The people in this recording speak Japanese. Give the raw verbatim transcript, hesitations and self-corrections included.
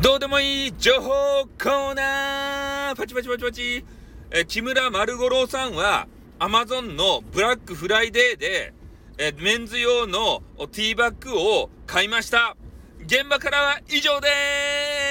どうでもいい情報コーナーパチパチパチパチ。え木村丸五郎さんは Amazon のブラックフライデーでえメンズ用のティーバッグを買いました。現場からは以上でーす。